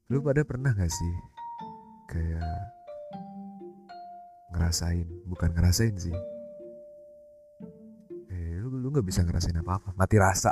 Lu pada pernah gak sih kayak ngerasain, bukan ngerasain sih, lu nggak bisa ngerasain apa-apa, mati rasa.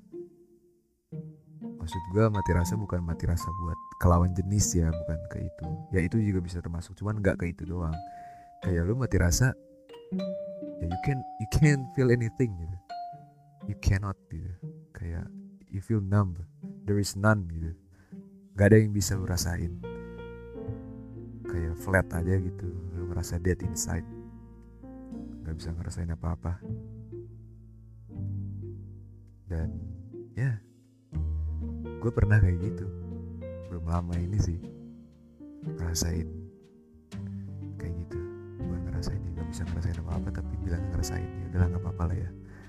Maksud gue mati rasa bukan mati rasa buat kelawan jenis ya, bukan ke itu. Ya itu juga bisa termasuk, cuman nggak ke itu doang. Kayak lu mati rasa, ya you can feel anything gitu. You cannot gitu. Kayak you feel numb. There is none gitu. Gak ada yang bisa lu rasain. Kayak flat aja gitu. Lu ngerasa dead inside. Gak bisa ngerasain apa-apa. Dan ya, gue pernah kayak gitu. Belum lama ini sih ngerasain kayak gitu. Gue ngerasain, gak bisa ngerasain apa-apa tapi bilang ngerasain. Ya udahlah, nggak apa-apa lah ya.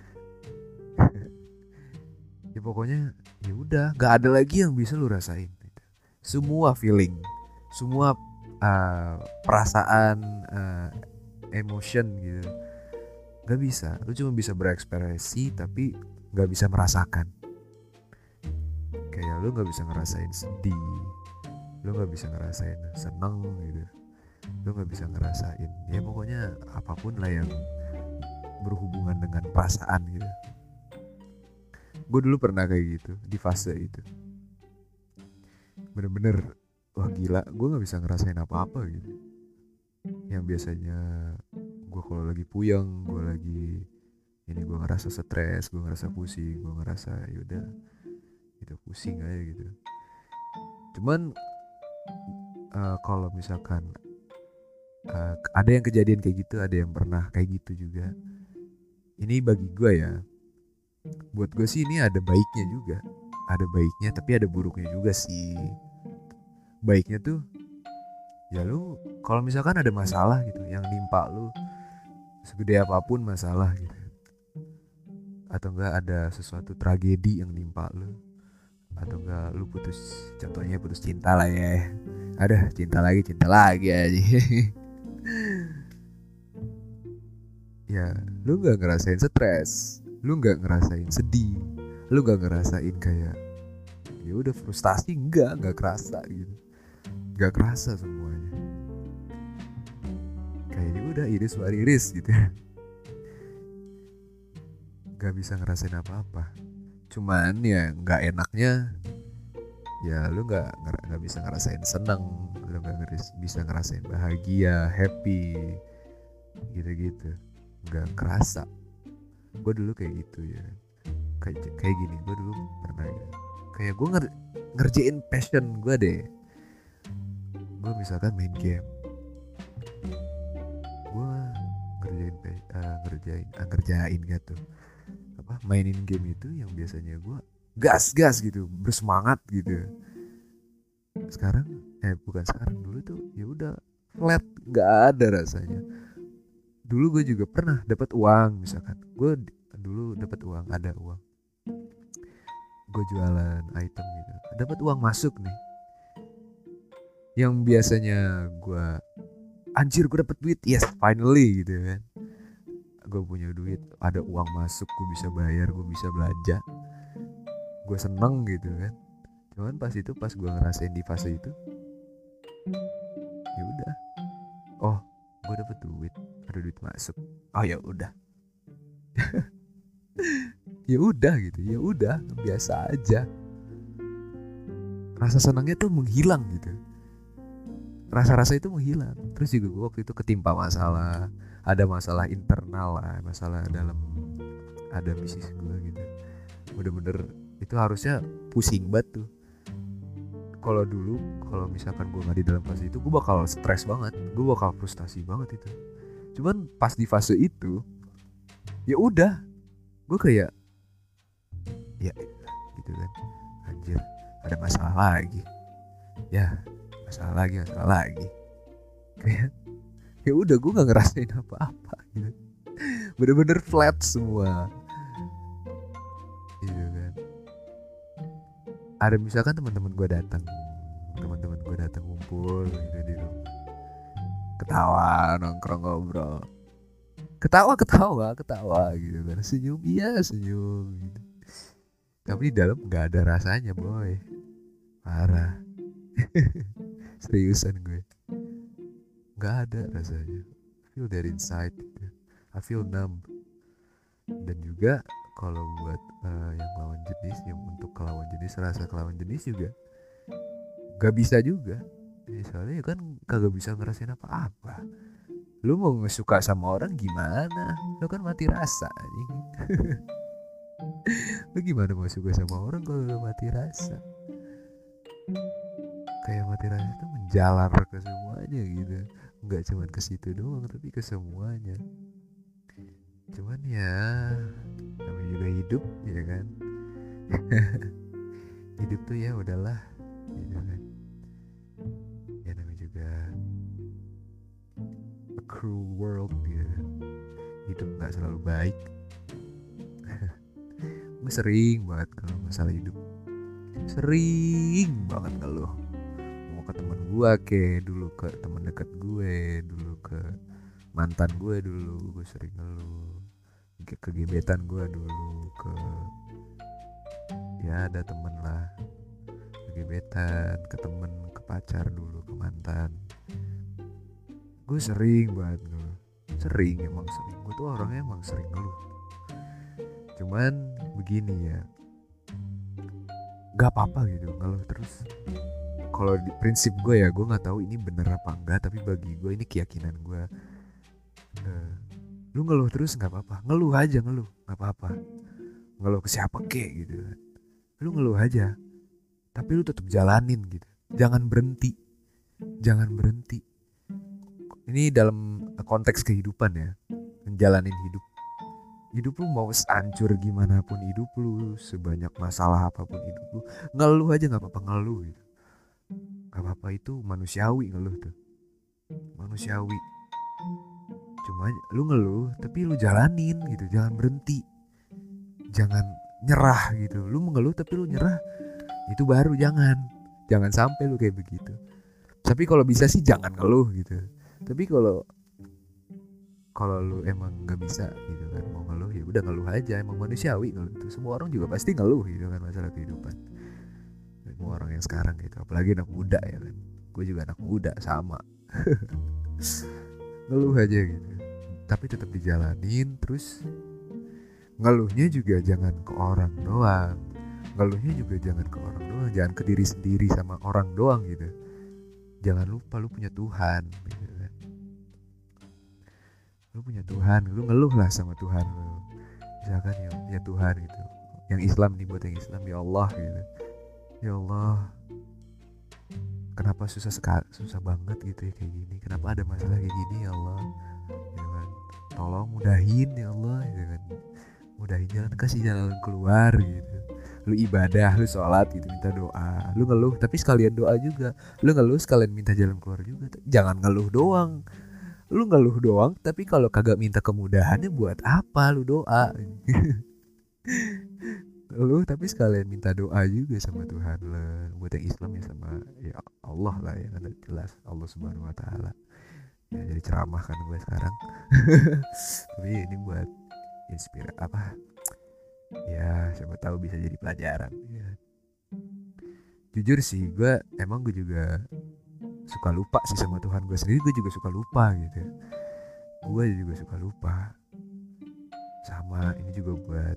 Ya pokoknya ya udah, nggak ada lagi yang bisa lu rasain gitu. Semua feeling, semua perasaan, emotion gitu, nggak bisa. Lu cuma bisa berekspresi tapi nggak bisa merasakan. Kayak lu nggak bisa ngerasain sedih, lu nggak bisa ngerasain seneng gitu, lu nggak bisa ngerasain ya pokoknya apapun lah yang berhubungan dengan perasaan gitu. Gue dulu pernah kayak gitu di fase itu, bener-bener wah gila, gue nggak bisa ngerasain apa-apa gitu. Yang biasanya gue kalau lagi puyeng, gue lagi ini, gue ngerasa stres, gue ngerasa pusing, gue ngerasa yaudah gitu, pusing aja gitu. Cuman kalau misalkan ada yang kejadian kayak gitu, ada yang pernah kayak gitu juga, ini bagi gue ya, buat gue sih ini ada baiknya juga, ada baiknya tapi ada buruknya juga sih. Baiknya tuh ya lu kalau misalkan ada masalah gitu yang nimpa lu, segede apapun masalah gitu, atau enggak ada sesuatu tragedi yang nimpa lu, atau enggak lu putus, contohnya putus cinta lah ya, ada cinta lagi aja. Ya lu nggak ngerasain stres, lu nggak ngerasain sedih, lu nggak ngerasain kayak ya udah frustasi, nggak kerasa gitu, nggak kerasa semuanya. Kayak ya udah iris wariris gitu, nggak bisa ngerasain apa-apa. Cuman ya nggak enaknya ya lu nggak bisa ngerasain seneng, lu nggak bisa ngerasain bahagia, happy, gitu-gitu, nggak kerasa. Gue dulu kayak gitu ya, kayak gini, gue dulu pernah ya, kayak gue ngerjain passion gue deh. Gue misalkan main game, gue ngerjain gitu, apa, mainin game itu yang biasanya gue gas gitu, bersemangat gitu. Sekarang bukan sekarang, dulu tuh ya udah flat, nggak ada rasanya. Dulu gue juga pernah dapat uang, misalkan gue dulu dapat uang, ada uang, gue jualan item gitu, dapat uang masuk nih, yang biasanya gue anjir gue dapet duit, yes finally gitu kan, gue punya duit, ada uang masuk, gue bisa bayar, gue bisa belanja, gue seneng gitu kan. Cuman pas gue ngerasain di fase itu, ya udah, oh gue dapet duit, ada duit masuk, oh ya udah, ya udah gitu, ya udah biasa aja. Rasa senangnya tuh menghilang gitu, rasa-rasa itu menghilang. Terus juga gue waktu itu ketimpa masalah, ada masalah internal lah, masalah dalam ada bisnis gue gitu, bener-bener itu harusnya pusing banget tuh. Kalau dulu, kalau misalkan gue nggak di dalam fase itu, gue bakal stres banget, gue bakal frustasi banget itu. Cuman pas di fase itu, ya udah, gue kayak ya gitu kan, anjir ada masalah lagi, ya masalah lagi, kayak ya udah gue nggak ngerasain apa-apa gitu, bener-bener flat semua gitu kan. Ada misalkan teman-teman gue datang ngumpul gitu di rumah, ketawa, nongkrong, ngobrol, ketawa gitu kan, senyum, iya senyum gitu, tapi di dalam nggak ada rasanya boy, parah. Seriusan gue nggak ada rasanya. Feel that inside gitu. I feel numb. Dan juga kalau buat yang lawan jenis, yang untuk kelawan jenis, rasa kelawan jenis juga gak bisa juga. Soalnya ya kan kagak bisa ngerasain apa-apa. Lu mau ngesuka sama orang gimana? Lu kan mati rasa anjing. Lu gimana mau suka sama orang kalau lu mati rasa? Kayak mati rasa itu menjalar ke semuanya gitu. Nggak cuma ke situ doang tapi ke semuanya. Cuman ya namanya juga hidup ya kan. Hidup tuh ya udahlah gitu kan. Ya namanya juga a cruel world gitu. Hidup nggak selalu baik. Gue sering banget kalau masalah hidup, sering banget ngeluh. Mau ke temen gue, dulu ke temen dekat gue, dulu ke mantan gue dulu, gue sering ngeluh. Ke gebetan gue dulu, ke ya ada temen lah, ke gebetan, ke temen, ke pacar dulu, ke mantan. Gue sering banget ngeluh, sering, emang sering. Gue tuh orangnya emang sering ngeluh. Cuman begini ya, gak apa-apa gitu ngeluh terus. Kalau di prinsip gue ya, gue nggak tahu ini bener apa enggak, tapi bagi gue ini keyakinan gue. Lu ngeluh terus nggak apa-apa, ngeluh aja, ngeluh nggak apa-apa. Ngeluh ke siapa kek gitu kan, lu ngeluh aja, tapi lu tetap jalanin gitu. Jangan berhenti, jangan berhenti. Ini dalam konteks kehidupan ya, menjalanin hidup. Hidup lu mau hancur gimana pun hidup lu, sebanyak masalah apapun hidup lu, ngeluh aja nggak apa-apa, ngeluh gitu. Gak apa-apa, itu manusiawi ngeluh tuh, manusiawi. Cuma lu ngeluh tapi lu jalanin gitu, jangan berhenti, jangan nyerah gitu. Lu mengeluh tapi lu nyerah, itu baru jangan sampai lu kayak begitu. Tapi kalau bisa sih jangan ngeluh gitu. Tapi kalau kalau lu emang nggak bisa gitu kan, mau ngeluh ya udah ngeluh aja, emang manusiawi ngeluh itu. Semua orang juga pasti ngeluh gitu kan, masalah kehidupan. Semua orang yang sekarang gitu, apalagi anak muda ya kan. Gue juga anak muda sama. Ngeluh aja gitu, tapi tetap dijalanin. Terus ngeluhnya juga jangan ke orang doang, ngeluhnya juga jangan ke orang doang, jangan ke diri sendiri sama orang doang gitu. Jangan lupa lu punya Tuhan gitu kan. Lu punya Tuhan, lu ngeluh lah sama Tuhan lu. Misalkan ya Tuhan gitu, yang Islam nih, buat yang Islam, ya Allah gitu. Ya Allah, kenapa susah banget gitu ya kayak gini, kenapa ada masalah kayak gini ya Allah ya kan. Tolong mudahin ya Allah ya kan, mudahin jalan, kasih jalan keluar gitu. Lu ibadah, lu sholat gitu, minta doa, lu ngeluh tapi sekalian doa juga. Lu ngeluh sekalian minta jalan keluar juga. Jangan ngeluh doang. Lu ngeluh doang tapi kalau kagak minta kemudahannya buat apa lu doa? Lu tapi sekalian minta doa juga sama Tuhan lah. Buat yang Islam ya sama ya Allah lah, yang ada jelas Allah Subhanahu Wa Taala. Ya jadi ceramah kan gue sekarang. Tapi ini buat inspirasi apa? Ya siapa tahu bisa jadi pelajaran. Ya. Jujur sih gue juga suka lupa sih sama Tuhan gue sendiri. Gue juga suka lupa gitu. Gue juga suka lupa. Sama ini juga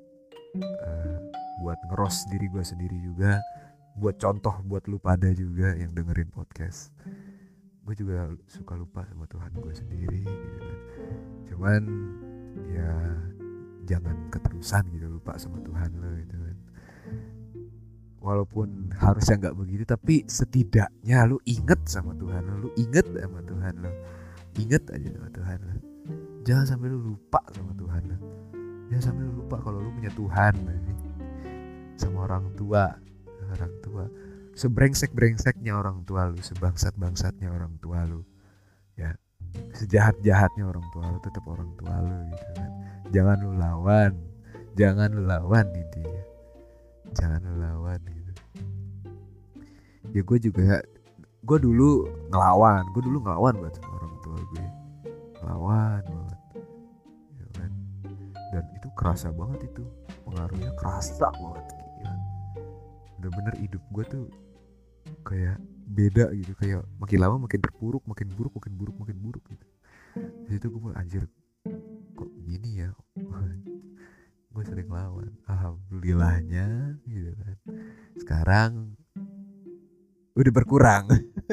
buat ngeros diri gue sendiri juga, buat contoh buat lu pada juga yang dengerin podcast. Gue juga suka lupa sama Tuhan gue sendiri gitu kan. Cuman ya jangan keterusan gitu lupa sama Tuhan lo gitu kan. Walaupun harusnya nggak begitu, tapi setidaknya lu inget sama Tuhan lo, lu inget sama Tuhan lo, inget aja sama Tuhan lo. Jangan sampai lu lupa sama Tuhan lo. Jangan sampai lu lupa kalau lu punya Tuhan. Sama orang tua, sebrengsek-brengseknya orang tua lu, sebangsat-bangsatnya orang tua lu, ya sejahat-jahatnya orang tua lu, tetap orang tua lu gitu kan. Jangan lu lawan intinya, jangan lu lawan gitu. Ya gue dulu ngelawan buat sama orang tua gue, ngelawan banget ya kan. Dan itu kerasa banget, itu pengaruhnya kerasa banget. Bener-bener hidup gue tuh kayak beda gitu, kayak makin lama makin terpuruk, makin buruk, makin buruk, makin buruk gitu. Di situ gue mulai anjir, kok gini ya. Gue sering lawan, alhamdulillahnya gitu kan. Sekarang udah berkurang.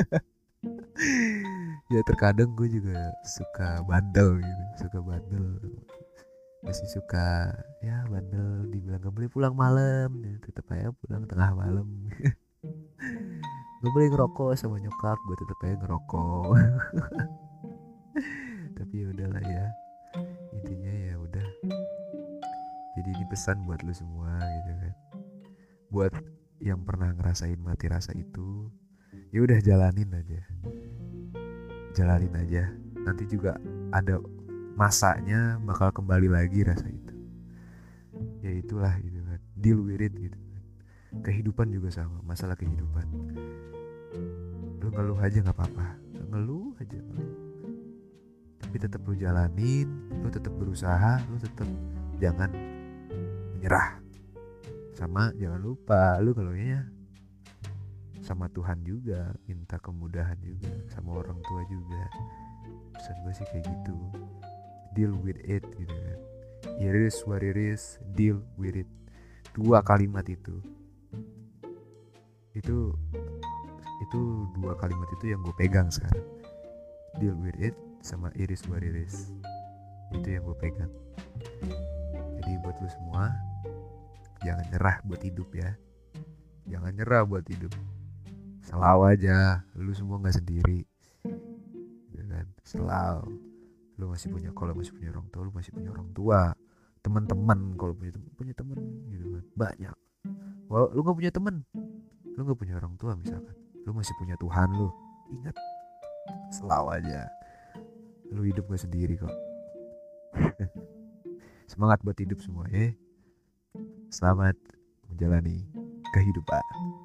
Ya terkadang gue juga suka bandel gitu, suka bandel, masih suka ya bandel, dibilang gak boleh pulang malam ya, tetep aja pulang tengah malam. Gak boleh ngerokok sama nyokap, gue tetep aja ngerokok. Tapi ya udahlah ya, intinya ya udah. Jadi ini pesan buat lu semua gitu kan, buat yang pernah ngerasain mati rasa itu, ya udah jalanin aja, jalanin aja. Nanti juga ada masanya bakal kembali lagi rasa itu. Ya itulah gitu kan, deal with it gitu kan. Kehidupan juga sama, masalah kehidupan. Lu ngeluh aja nggak apa-apa, ngeluh aja ngeluh. Tapi tetap lu jalanin, lu tetap berusaha, lu tetap jangan menyerah. Sama jangan lupa lu ngeluhnya sama Tuhan juga, minta kemudahan juga, sama orang tua juga. Pesan gue sih kayak gitu, deal with it gitu kan. It is what it is, deal with it. Dua kalimat itu itu dua kalimat itu yang gue pegang sekarang. Deal with it sama it is what it is, itu yang gue pegang. Jadi buat lu semua, jangan nyerah buat hidup ya, jangan nyerah buat hidup. Selalu aja, lu semua nggak sendiri gitu kan. Selalu lu masih punya, kalau masih punya orang tua, lu masih punya orang tua, teman-teman, kalau punya teman gitu kan banyak. Walau lu nggak punya teman, lu nggak punya orang tua misalkan, lu masih punya Tuhan lu. Ingat, selalu aja lu hidup gak sendiri kok. Semangat buat hidup semua ya. Selamat menjalani kehidupan.